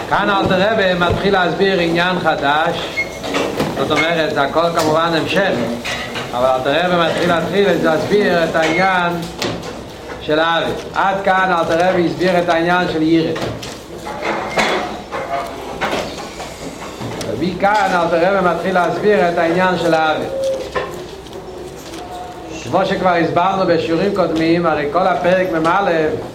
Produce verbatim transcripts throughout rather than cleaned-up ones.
כאן אלתר רבי מתחיל להסביר עניין חדש, זאת אומרת, זה הכל כמובן המשך, אבל אלתר רבי מתחיל להתחיל להסביר את העניין של הארץ. עד כאן אלתר רבי הסביר את העניין של יראה. ומכאן אלתר רבי מתחיל להסביר את העניין של הארץ. כמו שכבר הסברנו בשיעורים קודמים, הרי כל הפרק ממלא,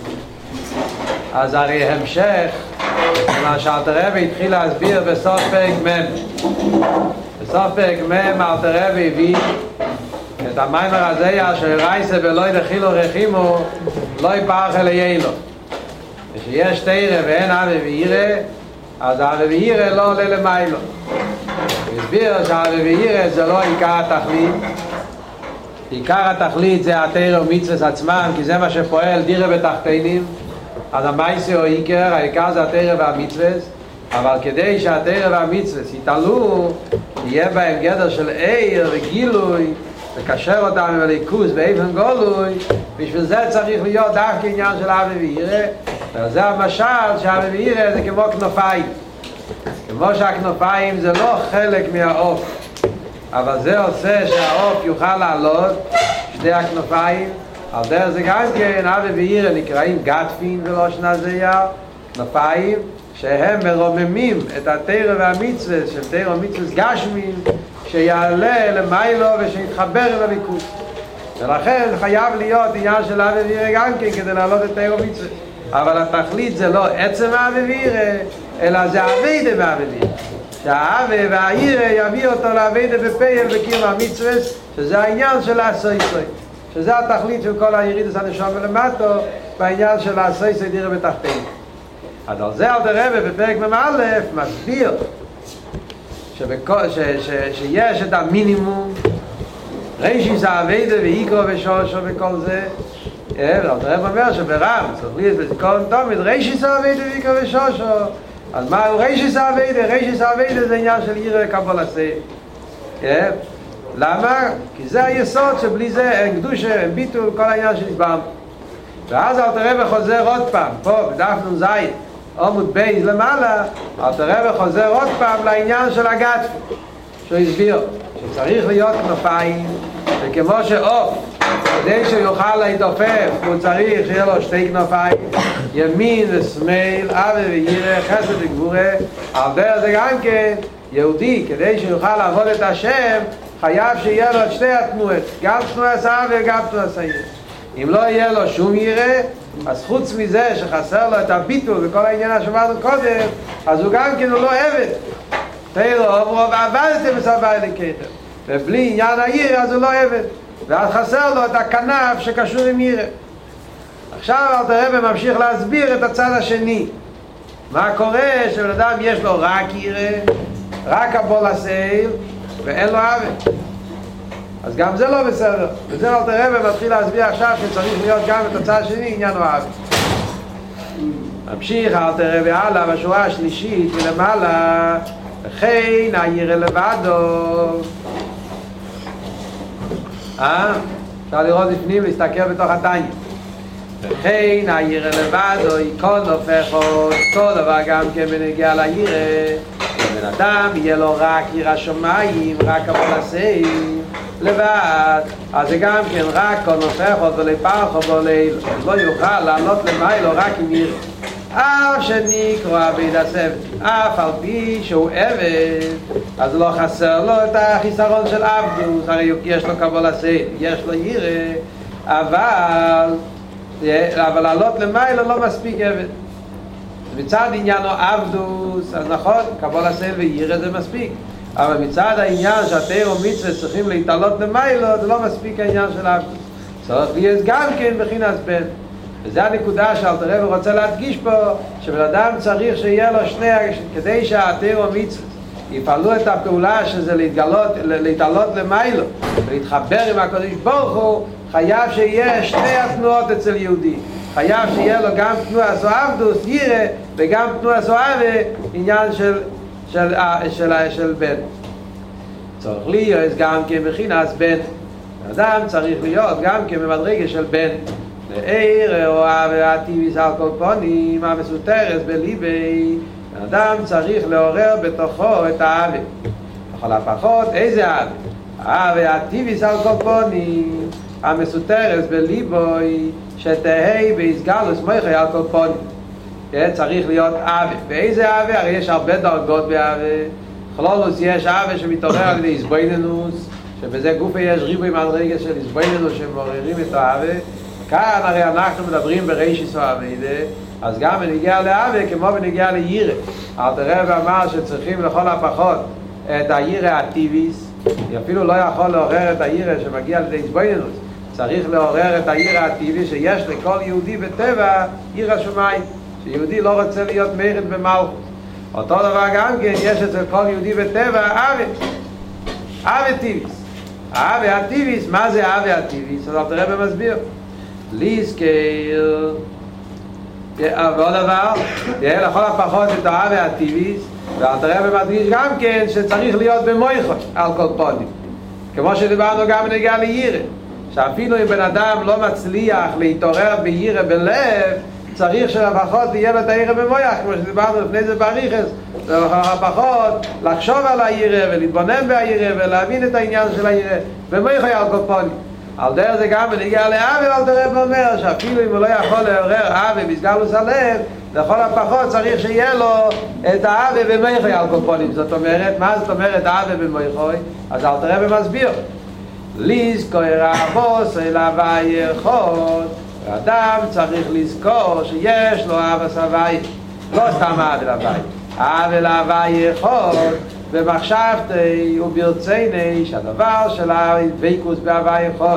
אז הרי המשך מה שאלתר רבי התחיל להסביר בסוף פרק מ'. בסוף פרק מ' אלתר רבי הביא את המיימר הזה של רייסה ולא ידחילו רחימו לא יפרח אלי ילו, ושיש תירה ואין אבי וירא, אז אבי וירא לא עולה למיילו. הוא הסביר שאבי וירא זה לא עיקר התכלית, עיקר התכלית זה התירה ומצוות עצמם, כי זה מה שפועל דירה בתחתינים. אז המייסה או עיקר, העיקר זה התירה והמצוות, אבל כדי שהתירה והמצוות יתעלו, יהיה בהם גדר של עיר וגילוי, לקשר אותם עם הליכוז באופן גולוי. בשביל זה צריך להיות דווקא עניין של אבי וירא, וזה המשל שאבי וירא זה כמו כנופיים, כמו שהכנופיים זה לא חלק מהעוף, אבל זה עושה שהעוף יוכל לעלות, שתי הכנופיים. על דרך זה גם כן אבי וירא נקראים גטפין ולושן הזיה, כנופיים שהם מרוממים את התירה והמצוות של תירה ומצוות גשמין, שיעלה למיילו ושיתחבר עם הליכוז. ולכן חייב להיות עניין של אבי וירא גם כן כדי לעלות את תירה ומצוות, אבל התכלית זה לא עצם אבי וירא, אלא זה עבודה באבי וירא, שהאבי והירא יביא אותו לעבודה בפייל בקיום המצוות, שזה העניין של הסויסוי, שזה התכלית של כל הירידות הנשום ולמטו בעניין של הסויסוי דירה בתחתינו. אז על זה אלתר רבי בפרק מ"א מסביר שבכל, ש, ש, שיש את המינימום רישיס העבודה ועיקרו ושושו וכל זה. אלתר רבי אומר שברם צריך להיות בזיכרון תמיד רישיס העבודה ועיקרו ושושו. אז מהו רישיס העבודה? רישיס העבודה זה עניין של יראה וקבלה עשה. למה? כי זה היסוד שבלי זה אין קדושה, אין ביטול, כל העניין שנסברנו. ואז אלתר רבי חוזר עוד פעם, פה בדף נ"ז עמוד בייז למעלה, אלתר רבי חוזר עוד פעם לעניין של הגטפין, שהוא הסביר שצריך להיות כנופיים, וכמו שעוף, כדי שהוא יוכל להתעופף, הוא צריך שיהיה לו שתי כנופיים, ימין ושמאל, אבי וירא, חסד וגבורה. על דרך זה גם כן יהודי, כדי שיוכל לעבוד את השם, חייב שיהיה לו את שתי התנועות, גם תנועת האבי וגם תנועת הירא. אם לא יהיה לו שום ירא, אז חוץ מזה שחסר לו את הביטול וכל העניין שאמרנו קודם, אז הוא גם כן הוא לא עבד. תראו, אמרו, ועבדתם בסבא אלוקיכם, ובלי עניין הירא אז הוא לא עבד, ואז חסר לו את הכנף שקשור עם ירא. עכשיו אלתר רבי ממשיך להסביר את הצד השני, מה קורה שבן אדם יש לו רק ירא, רק הבול הסייל, ואין לו עבד, אז גם זה לא בסדר. וזה אלתר רבי מתחיל להסביר עכשיו שצריך להיות גם את הצד השני, עניין הוא עבד. ממשיך אלתר רבי הלאה בשורה השלישית ולמעלה, וכן הירא לבדו. אה? אפשר לראות לפנים, להסתכל בתוך התניא. וכן הירא לבדו יקון הופכות, אותו דבר גם כן בנגיע לירא. בן אדם יהיה לו רק ירא שמיים, רק קבלה עשה לבד, אז זה גם כן רק כל נופכות ולפרחו וליל, לא יוכל לעלות למיילו רק עם ירא. אף שנקרא עבד הסבת, אף על פי שהוא עבד, אז לא חסר לו את החיסרון של עבדוס, הרי יש לו קבלה עשה, יש לו ירא, אבל אבל לעלות למיילו לא מספיק עבד. מצד עניינו עבדוס, אז נכון, קבלה עשה וירא זה מספיק, אבל מצד העניין שהתירה ומצוות צריכים להתעלות למיילו, זה לא מספיק העניין של עבדוס, צריך להיות גם כן בחינת בן. וזה הנקודה שאלתר רבי רוצה להדגיש פה, שבן אדם צריך שיהיה לו שני, כדי שהתירה ומצוות יפעלו את הפעולה שזה להתגלות, להתעלות למיילו ולהתחבר עם הקדוש ברוך הוא, חייב שיהיה שני התנועות אצל יהודי, חייב שיהיה לו גם תנועה זו עבדוס, ירא, וגם תנועה זו אבי, עניין של של של של בן. צריך להיות גם כן בחינת בן. אדם צריך להיות גם כן במדרגה של בן. לעיר או אבי הטבעי על כל פנים, המסותרת בליבי, האדם צריך לעורר בתוכו את האהבה. לכל הפחות, איזה אהבה? האהבה הטבעית על קופונים, המסותרת בליבוי, שתהי בהסגלוס מויכי על קופונים. צריך להיות אהבה. ואיזה אהבה? הרי יש הרבה דרגות באהבה. בכלולוס יש אהבה שמתעורר על ידי הסבויננוס, שבזה גופה יש ריבוי מדרגה של הסבויננוס שמעוררים את האהבה. כאן הרי אנחנו מדברים בראשיס האביידה, אז גם בנגיע לאהבה כמו בנגיע לירא. אלתר רב אמר שצריכים לכל הפחות את הירא הטבעית, אפילו לא יכול לעורר את הירא שמגיע לידי הסבויננוס, צריך לעורר את הירא הטבעי שיש לכל יהודי בטבע ירא שמיים, שיהודי לא רוצה להיות מרד במלכות. אותו דבר גם כן יש אצל כל יהודי בטבע אהבה, אהבה טבעית. האהבה הטבעית, מה זה אהבה הטבעית? אז אלתר רב מסביר ליזכר, ועוד דבר, לכל הפחות את האהבה הטבעית, ואלתר רב מדגיש גם כן שצריך להיות במויכות על כל פונים, כמו שדיברנו גם בנגיע לירא, שאפילו אם בן אדם לא מצליח להתעורר בירא בלב, צריך שלפחות יהיה לו את הירא במויח, כמו שדיברנו לפני זה באריכות, לפחות לחשוב על הירא ולהתבונן בירא ולהבין את העניין של הירא במויח על כל פונים. על דרך זה גם בנגיע לאהבה, אלתר רב אומר שאפילו אם הוא לא יכול לעורר אהבה בסגלוס הלב, לכל הפחות צריך שיהיה לו את האהבה במויח על כל פונים. זאת אומרת, מה זאת אומרת אהבה במויח? אז אלתר רב מסביר לזכור אהבוס אל הוויה אחד. האדם צריך לזכור שיש לו אהבה סבי, לא סתם אהבה להוויה, אהבה להוויה אחד, במחשבתי וברצייני שהדבר של הדבקות בהוויה אחד,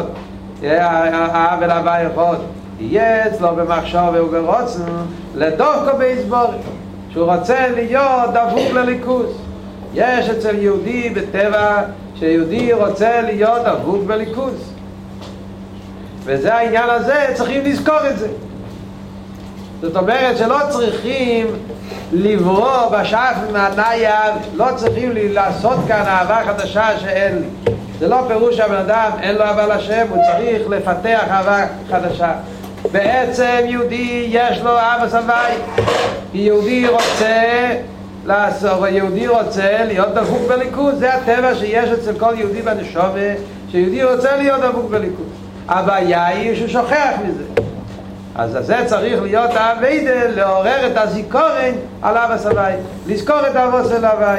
אהבה להוויה אחד, יהיה אצלו במחשבה וברוצן לדווקא בהסבורת, שהוא רוצה להיות דבוק לליכוז. יש אצל יהודי בטבע שיהודי רוצה להיות דבוק בליכוז, וזה העניין הזה, צריכים לזכור את זה. זאת אומרת שלא צריכים לברוא בשאף מהתנאי, לא צריכים לעשות כאן אהבה חדשה שאין לי. זה לא פירוש שהבן אדם אין לו אהבה לשם, הוא צריך לפתח אהבה חדשה. בעצם יהודי יש לו אהבה סבי, יהודי רוצה לעשות, יהודי רוצה להיות דבוק בליכוז. זה הטבע שיש אצל כל יהודי בנשמה, שיהודי רוצה להיות דבוק בליכוז. הבעיה היא שהוא שוכח מזה. אז זה צריך להיות העבודה, לעורר את הזיכרון על אהבה סבי, לזכור את אהבו של הווי.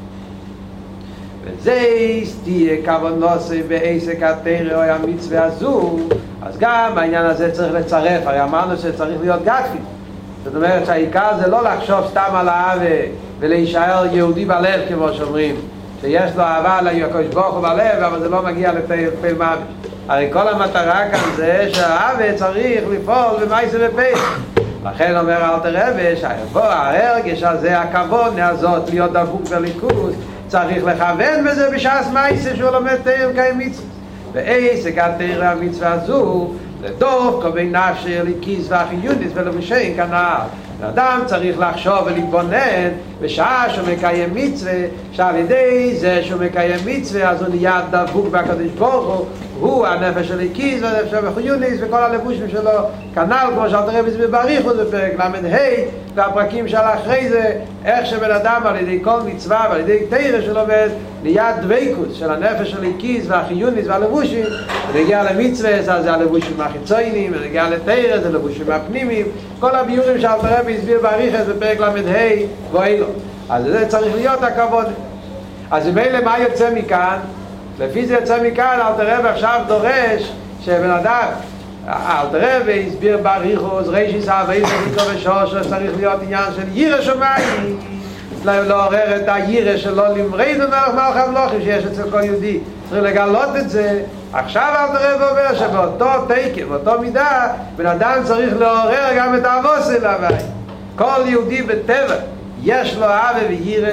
וזה תהיה כוונתו בעסק התורה או המצווה הזו. אז גם העניין הזה צריך לצרף, הרי אמרנו שצריך להיות גדפי. זאת אומרת שהעיקר זה לא לחשוב סתם על האהבה ולהישאר יהודי בלב, כמו שאומרים, שיש לו אהבה לקדוש ברוך הוא בלב, אבל זה לא מגיע לפעיל ממש. הרי כל המטרה כאן זה שהאהבה צריך לפעול במעשה בפעיל. לכן אומר אלתר רב שההרגש הזה, הכוונה הזאת להיות דבוק בליכוז, צריך לכוון בזה בשעת מעשה שהוא לומד תורה ומקיים מצוות. ועסק התורה המצווה הזו לדווקא בין נפשי הליקיס והחיונית ולבושי כנער. האדם צריך לחשוב ולהתבונן בשעה שהוא מקיים מצווה, שעל ידי זה שהוא מקיים מצווה אז הוא נהיה דבוק בקדוש ברוך הוא, הוא הנפש הליקיס והנפש החיונית וכל הלבושים שלו כנ"ל, כמו שאלתר רב הסביר באריכות בפרק למד ה' והפרקים של אחרי זה, איך שבן אדם על ידי כל מצווה ועל ידי תורה שלומד נהיה דבקות של הנפש הליקיס והחיונית והלבושים, ונגיע למצווה אז זה הלבושים החיצוניים, ונגיע לתורה זה הלבושים הפנימיים, כל הביורים שאלתר רב הסביר באריכות בפרק למד ה' ואילו. אז זה צריך להיות הכבוד. אז ממילא מה יוצא מכאן? לפי זה יוצא מכאן אלתר רב עכשיו דורש שבן אדם, אלתר רב הסביר באריכות רישיס האביידה ושורש צריך להיות עניין של ירא שמיים, לעורר את הירא שלו למרד ומלך מלך המלוכים שיש אצל כל יהודי, צריך לגלות את זה. עכשיו אלתר רב אומר שבאותו תקן, באותו מידה, בן אדם צריך לעורר גם את האהבו של הווי. כל יהודי בטבע יש לו אהבה וירא.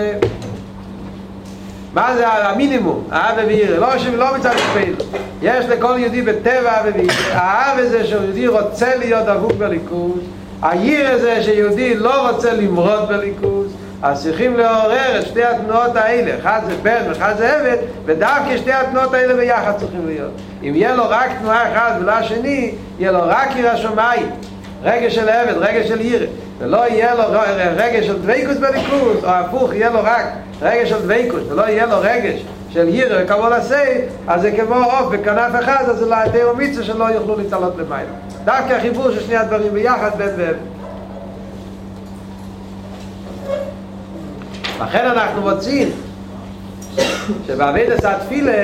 מה זה המינימום? אהבה וירא, לא שלא מצד פעיל. יש לכל יהודי בטבע אהבה וירא. האהבה זה שיהודי רוצה להיות דבוק בליכוז, הירא זה שיהודי לא רוצה למרוד בליכוז. אז צריכים לעורר את שתי התנועות האלה, אחד זה בן ואחד זה עבד, ודווקא שתי התנועות האלה ביחד צריכים להיות. אם יהיה לו רק תנועה אחת ולא השני, יהיה לו רק ירא שמיים, רגש של עבד, רגש של ירא, ולא יהיה לו רגש של דבקות בליכוז, או הפוך, יהיה לו רק רגש של דבקות, ולא יהיה לו רגש של ירא וכבוד עשה, אז זה כמו עוף בכנף אחד, אז זה לתאר ומצווה שלא יוכלו להתעלות למעלה. דווקא החיבור של שני הדברים ביחד בין ובין. לכן אנחנו מוצאים שבעבודת התפילה,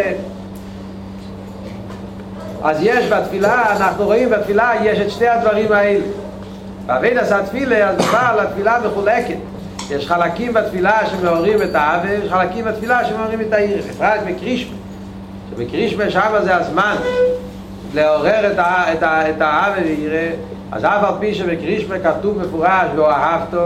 אז יש בתפילה, אנחנו רואים בתפילה יש את שני הדברים האלה. בעבודת התפילה, אז בכלל התפילה מחולקת. יש חלקים בתפילה שמעוררים את העוול, יש חלקים בתפילה שמעוררים את העיר. בפרט בקרישמה, שבקרישמה שם זה הזמן לעורר את העוול ויראה. אז אף על פי שבקרישמה כתוב מפורש ואהבתו,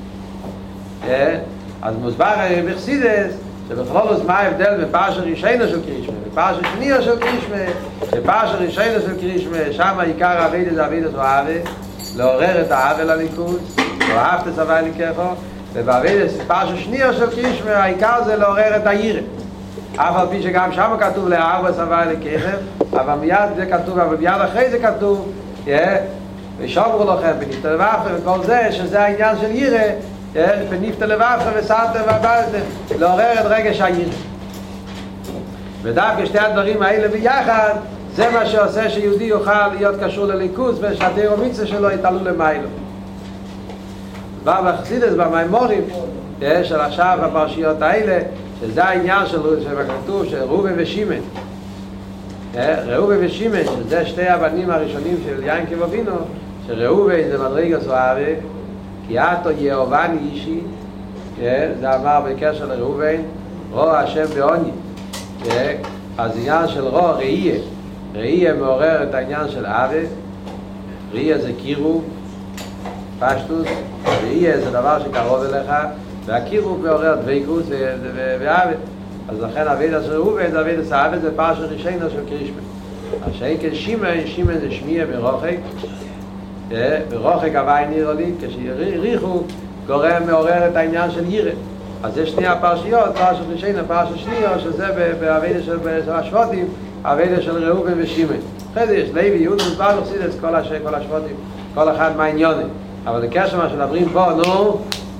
אז מוסבר בחסידות שבכלולוס מה ההבדל בין פרשה ראשונה של קרישמה ופרשה שנייה של קרישמה. בפרשה ראשונה של קרישמה שם עיקר העבודה זה עבודת אוהבה, לעורר את העוול לליכוז, ואהבת את סבי אלוקיך. ובפרשה שנייה של קרישמה העיקר זה לעורר את הירא, אף על פי שגם שם כתוב לאהוב את סבי אלוקיך, אבל מיד זה כתוב, אבל מיד אחרי זה כתוב ושומרו לכם בניפת לבבכם וכל זה, שזה העניין של ירא, בניפת לבבכם ושמתם ועבדתם, לעורר את רגש הירא. ודווקא שתי הדברים האלה ביחד זה מה שעושה שיהודי יוכל להיות קשור לליכוז ושהתאר ומצווה שלו יתעלו למיילו. בא בחסידות במימורים של עכשיו בפרשיות האלה, שזה העניין של כתוב של ראובן ושמעון. ראובן ושמעון, שזה שתי הבנים הראשונים של יעקב אבינו, שראובן זה מדרגת אוהבה, כי אתו יאהבני אישי, זה אמר בקשר לראובן, רוא השם בעוני. אז עניין של רוא ראייה, ראייה מעורר את העניין של אהבה, ראייה זה קירוב, פשטוס, ראייה זה דבר שקרוב אליך, והקירוב מעורר דבקות ואהבה. אז לכן עבודת של ראובן זה עבודת אהבה, זה פרשה ראשונה של קרישמה. השעיקן שמעון, שמעון זה שמיע ברוחק, ברוחק הווי נראה לי, כשריחו גורם מעורר את העניין של ירא. אז יש שני הפרשיות, פרשה ראשונה, פרשה שנייה, שזה בעבודת של השבטים, עבודת של ראובן ושמעון. אחרי זה יש לוי, יהודה מסבר בחסידות, כל השבטים, כל אחד מהעניונים. אבל לקשר מה שמדברים פה, נו,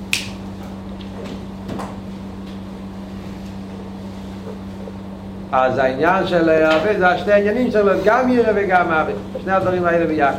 אז העניין של עבד זה שני העניינים שלו, גם ירא וגם עבד, שני הדברים האלה ביחד.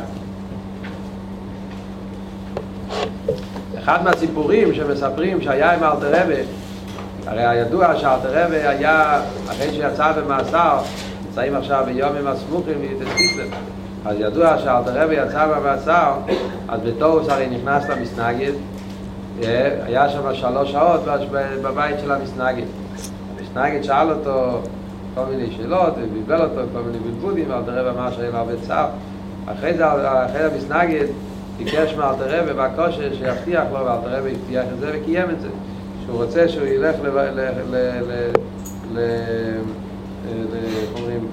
אחד מהסיפורים שמספרים שהיה עם אלתר רבי, הרי הידוע שאלתר רבי היה, אחרי שיצא במאסר, נמצאים עכשיו ביומים הסמוכים ליטס קיסלב, אז ידוע שאלתר רבי יצא במאסר, אז בתור הרי נכנס למסנגד, היה שם שלוש שעות בבית של המסנגד. המסנגד שאל אותו כל מיני שאלות, וביבל אותו כל מיני בלבודים, ואלתר רבי אמר שהיה הרבה צער. אחרי זה, אחרי המסנגד, ביקש מאלתר רבי בקושי שיבטיח לו, ואלתר רבי הבטיח את זה וקיים את זה. שהוא רוצה שהוא ילך ל... ל... ל... ל... ל... אומרים...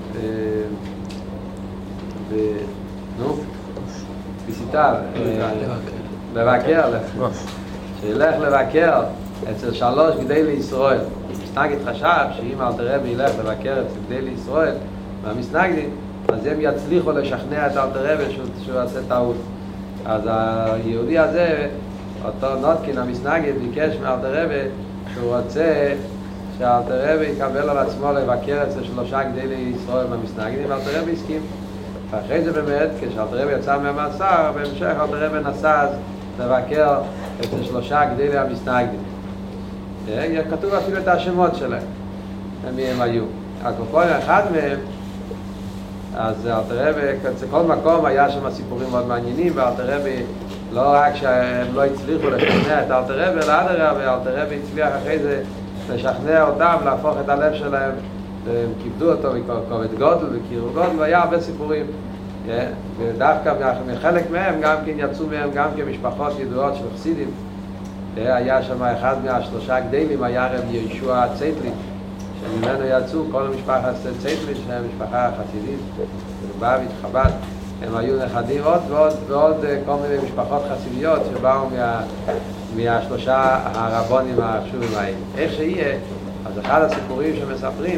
נו? ביסיטל. לבקר. שילך לבקר אצל שלוש גדי לישראל. המסנגד חשב שאם אלתר רבי ילך לבקר אצל גדי לישראל והמסנגדים, אז הם יצליחו לשכנע את אלתר רבי שהוא עושה טעות. אז היהודי הזה, אותו נותקין המסנגד, ביקש מאלתר רבי שהוא רוצה שאלתר רבי יקבל על עצמו לבקר אצל שלושה גדי לישראל והמסנגדים, ואלתר רבי הסכים. ואחרי זה באמת, כשאלתר רבי יצא מהמאסר, בהמשך אלתר רבי נסע אז לבקר אצל שלושה גדי המסנגדים. כתוב אפילו את השמות שלהם, מי הם היו. הקופון אחד מהם, אז אלתר רבי, כל מקום היה שם סיפורים מאוד מעניינים, ואלתר רבי, לא רק שהם לא הצליחו לשכנע את אלתר רבי, אלא אדרבה, אלתר רבי הצליח אחרי זה לשכנע אותם, להפוך את הלב שלהם, הם כיבדו אותו בכובד גודל, בקירוב גודל, והיה הרבה סיפורים. ודווקא מחלק מהם, גם כן יצאו מהם גם כמשפחות ידועות של חסידים. היה שם אחד מהשלושה גדלים, היה רב ישוע צייטלי, שממנו יצאו כל המשפחה צייטלי, שהם משפחה חסידית, בבית חב"ד. הם היו נכדים עוד ועוד ועוד כל מיני משפחות חסידיות שבאו מה, מהשלושה הרבונים החשובים האלה. איך שיהיה, אז אחד הסיפורים שמספרים,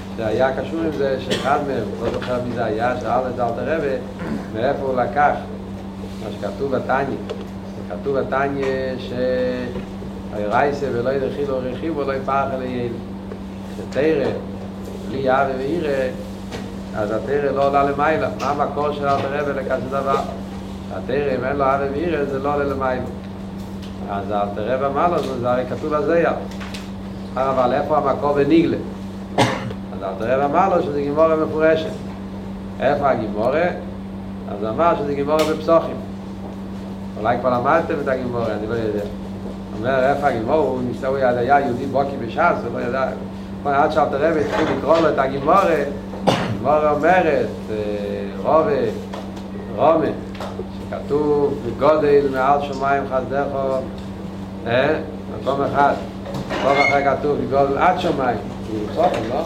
שהיה קשור עם זה, שאחד מהם, לא זוכר מי זה היה, שאל את אלתר רבי, מאיפה הוא לקח מה שכתוב בתניא. כתוב בתניא שהרייסה ולא ידחילו רכיב ולא יפח אלי ילד. שתרא, בלי אהבה וירא, אז התרא לא עולה למעלה. מה המקור של אלתר רבי לכזה דבר? שהתרא, אם אין לו אהבה וירא, זה לא עולה למעלה. אז אלתר רבי אמר לו, זה הרי כתוב בזוהר. אבל איפה המקור בניגלה? אז אלתר רבי אמר לו שזה גימורה מפורשת. איפה הגימורה? אז אמר שזה גימורה בפסוחים. אולי כבר למדתם את הגימורה, אני לא יודע. אומר, איפה הגימורה? הוא ניסה, היה יהודי בוקי בש"ס, הוא לא ידע. עד שאלתר רבי התחיל לקרוא לו את הגימורה, הגימורה אומרת, רובה, רומה, שכתוב בגודל מעל שמיים חסדךו, מקום אחד, מקום אחר כתוב בגודל עד שמיים, הוא סופר, לא?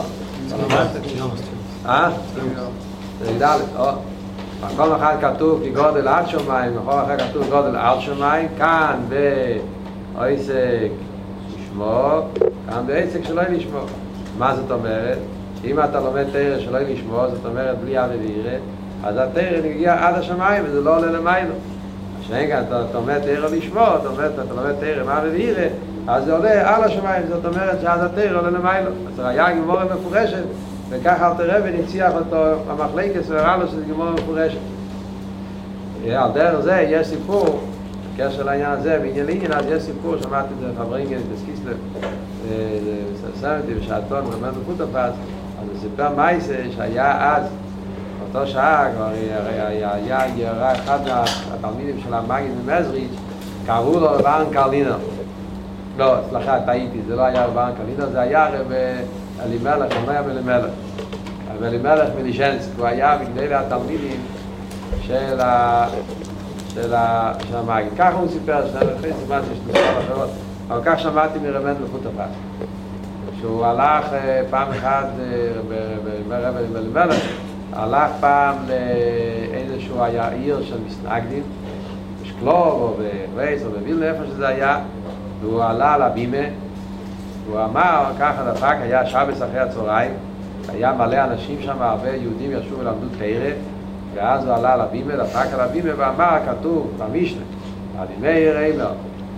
אה? זה ידע, מקום אחד כתוב כגודל עד שמיים, מקום אחר כתוב גודל על שמיים, כאן בעסק לשמור, כאן בעסק שלא לשמור. מה זאת אומרת? שאם אתה לומד תורה שלא לשמור, זאת אומרת בלי אהבה וירא, אז התורה נגיע עד השמיים וזה לא עולה למיילו. שאין כאן, אתה לומד תורה לשמור, אתה לומד תורה עם אהבה וירא, אז זה עולה על השמיים, זאת אומרת שאז התורה עולה למיילו. אז היה גימורה מפורשת, וככה אלתר רבי ניצח אותו במחלקת והראה לו שזה גימורה מפורשת. על דרך זה יש סיפור, בקשר לעניין הזה, בעניין לעניין, אז יש סיפור, שמעתי את זה פברינגן, בסקיסלב, סרסמתי בשעתון, רמת בפוטפס, אז הוא סיפר מייסה שהיה אז, באותו שעה, כבר היה אחד מהתלמידים של המגיד ממזריץ', קראו לו רבן קרלינר. לא, סליחה, טעיתי, זה לא היה רבן קרלינר, זה היה רב אלימלך, רבי אלימלך. רבי אלימלך מלישנסק, הוא היה מגדלי התלמידים של המגיד. ככה הוא סיפר, אחרי סימן שיש נוסף אחרות, אבל כך שמעתי מרבן בפוטפס. שהוא הלך פעם אחת, רבי אלימלך, הלך פעם לאיזשהו היה עיר של מסנגדים, בשקלוב או בווייס או בווילנה, איפה שזה היה, והוא עלה לבימה, הוא אמר, ככה דפק, היה שבס אחרי הצהריים, היה מלא אנשים שם, הרבה יהודים ישבו ולמדו תורה, ואז הוא עלה לבימה, דפק על הבימה ואמר, כתוב במשנה, על ימי ירמר,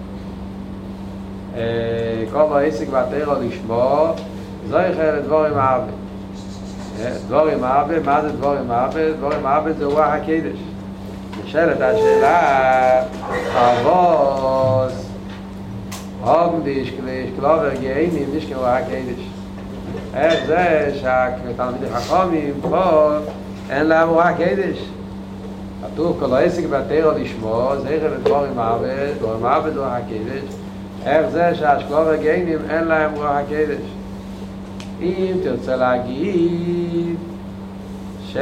כל העסק והתורה לשמור, זויכה לדבורים אהבה. דבורים אהבה, מה זה דבורים אהבה? דבורים אהבה זה רוח הקדש. נשאלת השאלה, אבוס, הוגדיש, קלובר גאינים, נשכם רוח הקדש. איך זה שהתלמידי חכמים פה אין להם רוח הקדש? כתוב כל העסק והתורה לשמור, זויכה לדבורים אהבה, דבורים אהבה זה רוח הקדש. איך זה שהשקלובר גאינים אין להם רוח הקדש? אם תרצה להגיד שהם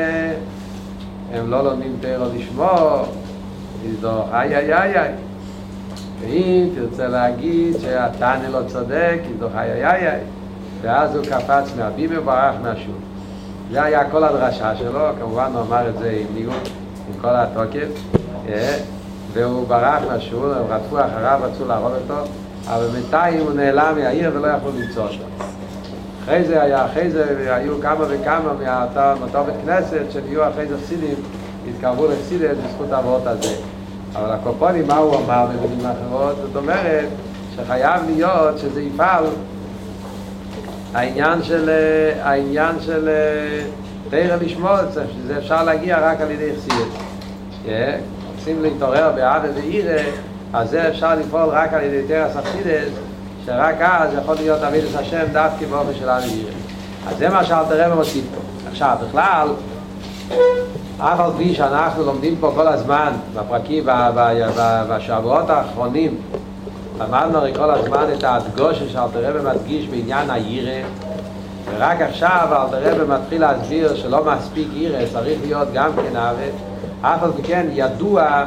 לא לומדים תורה לשמור, תזדוך איי איי איי איי. ואם תרצה להגיד שהתנא לא צודק, תזדוך איי איי איי איי. ואז הוא קפץ מהבימה וברח מהשול. זה היה כל הדרשה שלו, כמובן הוא אמר את זה עם ניגוד, עם כל התוקף. והוא ברח מהשול, הם רדפו אחריו, רצו להרוג אותו, אבל בינתיים הוא נעלם מהעיר ולא יכלו למצוא אותו. אחרי זה היה, אחרי זה היו כמה וכמה מאותו בית כנסת שנהיו אחרי זה חסידים, התקרבו לחסידים בזכות העבוד הזה. אבל הקופונים, מה הוא אמר במילים אחרות? זאת אומרת שחייב להיות שזה יפעל העניין של, העניין של תורה לשמור, שזה אפשר להגיע רק על ידי חסידים. רוצים להתעורר באהבה וירא, אז זה אפשר לפעול רק על ידי תורה חסידים, שרק אז יכול להיות עבודת השם דווקא באופן של אהבה וירא. אז זה מה שאלתר רבי מוסיף פה. עכשיו, בכלל, אף על פי שאנחנו לומדים פה כל הזמן, בפרקים, בשבועות האחרונים, למדנו הרי כל הזמן את ההדגושה שאלתר רבי מדגיש בעניין הירא, ורק עכשיו אלתר רבי מתחיל להסביר שלא מספיק ירא, צריך להיות גם כן אהבה. אף על פי כן ידוע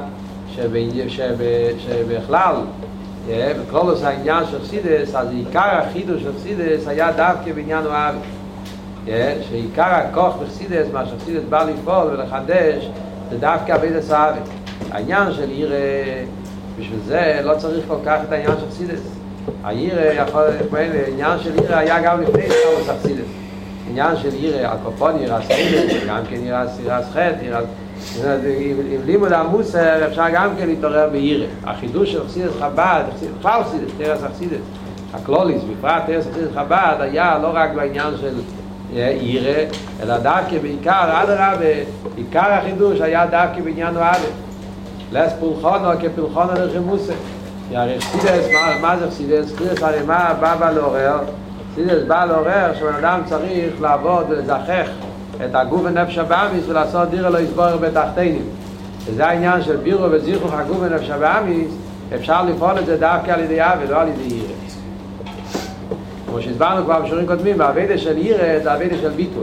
שבכלל, בקלולוס העניין של חסידס, אז עיקר החידוש של חסידס היה דווקא בעניין אהבה. שעיקר הכוח בחסידס, מה שחסידס בא לפעול ולחדש, זה דווקא עבודת אהבה. העניין של ירא, בשביל זה לא צריך כל כך את העניין של חסידס. הירא יכול, העניין של ירא היה גם לפני קלולוס החסידס. עניין של ירא, הקופון ירא חסידס, גם כן ירא חטא, עם לימוד המוסר אפשר גם כן להתעורר ביראה. החידוש של חסידות חב"ד, בכלל חסידות, תרס החסידות, הקלוליס, בפרט תרס החסידות חב"ד, היה לא רק בעניין של יראה, אלא דווקא בעיקר, אדרבה, עיקר החידוש היה דווקא בעניין ואהבה. לס פולחונו כפולחונו לחימוסה. הרי חסידות, מה זה חסידות? חסידות הרי מה בא לעורר? חסידות בא לעורר שבן אדם צריך לעבוד ולזכח את הגוף ונפש הבאמיס ולעשות דירה לא יסבור בתחתינים. וזה העניין של בירו וזיכוך הגוף ונפש הבאמיס, אפשר לפעול את זה דווקא על ידי אהבה, לא על ידי יראה. כמו שהסברנו כבר בשיעורים קודמים, בעבודה של יראה זה עבודה של ביטול.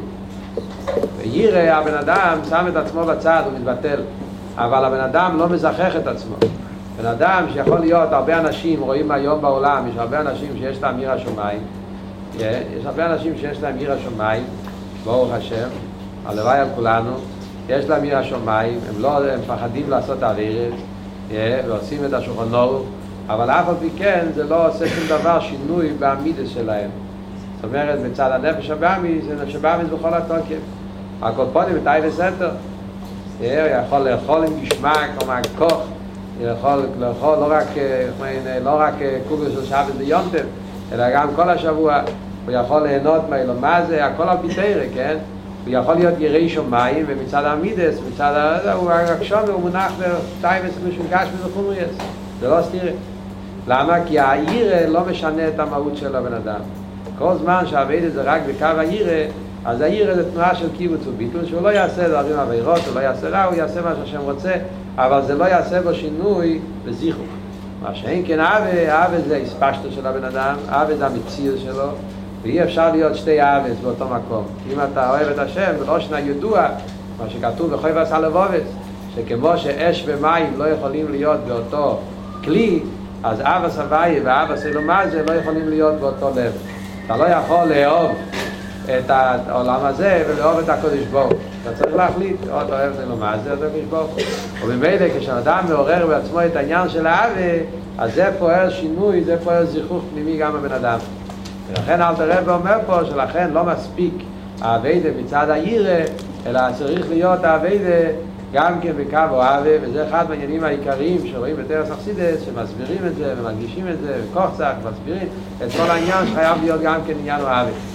ויראה הבן אדם שם את עצמו בצד, הוא מתבטל. אבל הבן אדם לא מזכח את עצמו. בן אדם שיכול להיות, הרבה אנשים רואים היום בעולם, יש הרבה אנשים שיש להם יראה שמיים, יש הרבה אנשים שיש להם יראה שמיים, ברוך השם, הלוואי על כולנו, יש להם יראה שמיים, הם לא, הם פחדים לעשות עבירות, ועושים את השולחן ערוך, אבל אף על פי כן זה לא עושה שום דבר שינוי בעמידה שלהם. זאת אומרת, בצד הנפש הבאמיס, זה נפש הבאמיס בכל התוקף. הקופונים את אייבה סתר, הוא יכול לאכול עם גשמק או מהכוך, הוא יכול לאכול לא רק, לא רק קוגל של שבת ביונטב, אלא גם כל השבוע. הוא יכול ליהנות מאילו, מה זה? הכל על פי תורה, כן? הוא יכול להיות יראי שמיים, ומצד המידס, מצד ה... הוא רק שומע, הוא מונח בטייבס משונקש מזכומריאס. זה לא סתירה. למה? כי היראה לא משנה את המהות של הבן אדם. כל זמן שהעבודה זה רק בקו היראה, אז היראה זה תנועה של קיבוץ וביטול, שהוא לא יעשה דברים עבירות, הוא לא יעשה רע, הוא יעשה מה שהשם רוצה, אבל זה לא יעשה בו שינוי וזיכוך. מה שאין כן אהבה, אהבה זה הספשטו של הבן אדם, אהבה זה המציאות שלו, ואי אפשר להיות שתי אהבס באותו מקום. אם אתה אוהב את השם, ולא שנה ידוע, מה שכתוב בחוי ועשה לבובץ, שכמו שאש ומים לא יכולים להיות באותו כלי, אז אהבה סבייה ואהבה סלומה זה לא יכולים להיות באותו לב. אתה לא יכול לאהוב את העולם הזה ולאהוב את הקודש ברוך. אתה צריך להחליט, או אתה אוהב סלומה זה, או אתה הקודש ברוך. ובמילא כשאדם מעורר בעצמו את העניין של האהבה, אז זה פועל שינוי, זה פועל זיכוך פנימי גם בבן אדם. ולכן אלתר רבי אומר פה שלכן לא מספיק העבודה מצד היראה, אלא צריך להיות העבודה גם כן בקו אוהבה, וזה אחד מהעניינים העיקריים שרואים בתרס החסידות, שמסבירים את זה ומדגישים את זה, וכוח צח מסבירים את כל העניין שחייב להיות גם כן עניין אוהבה.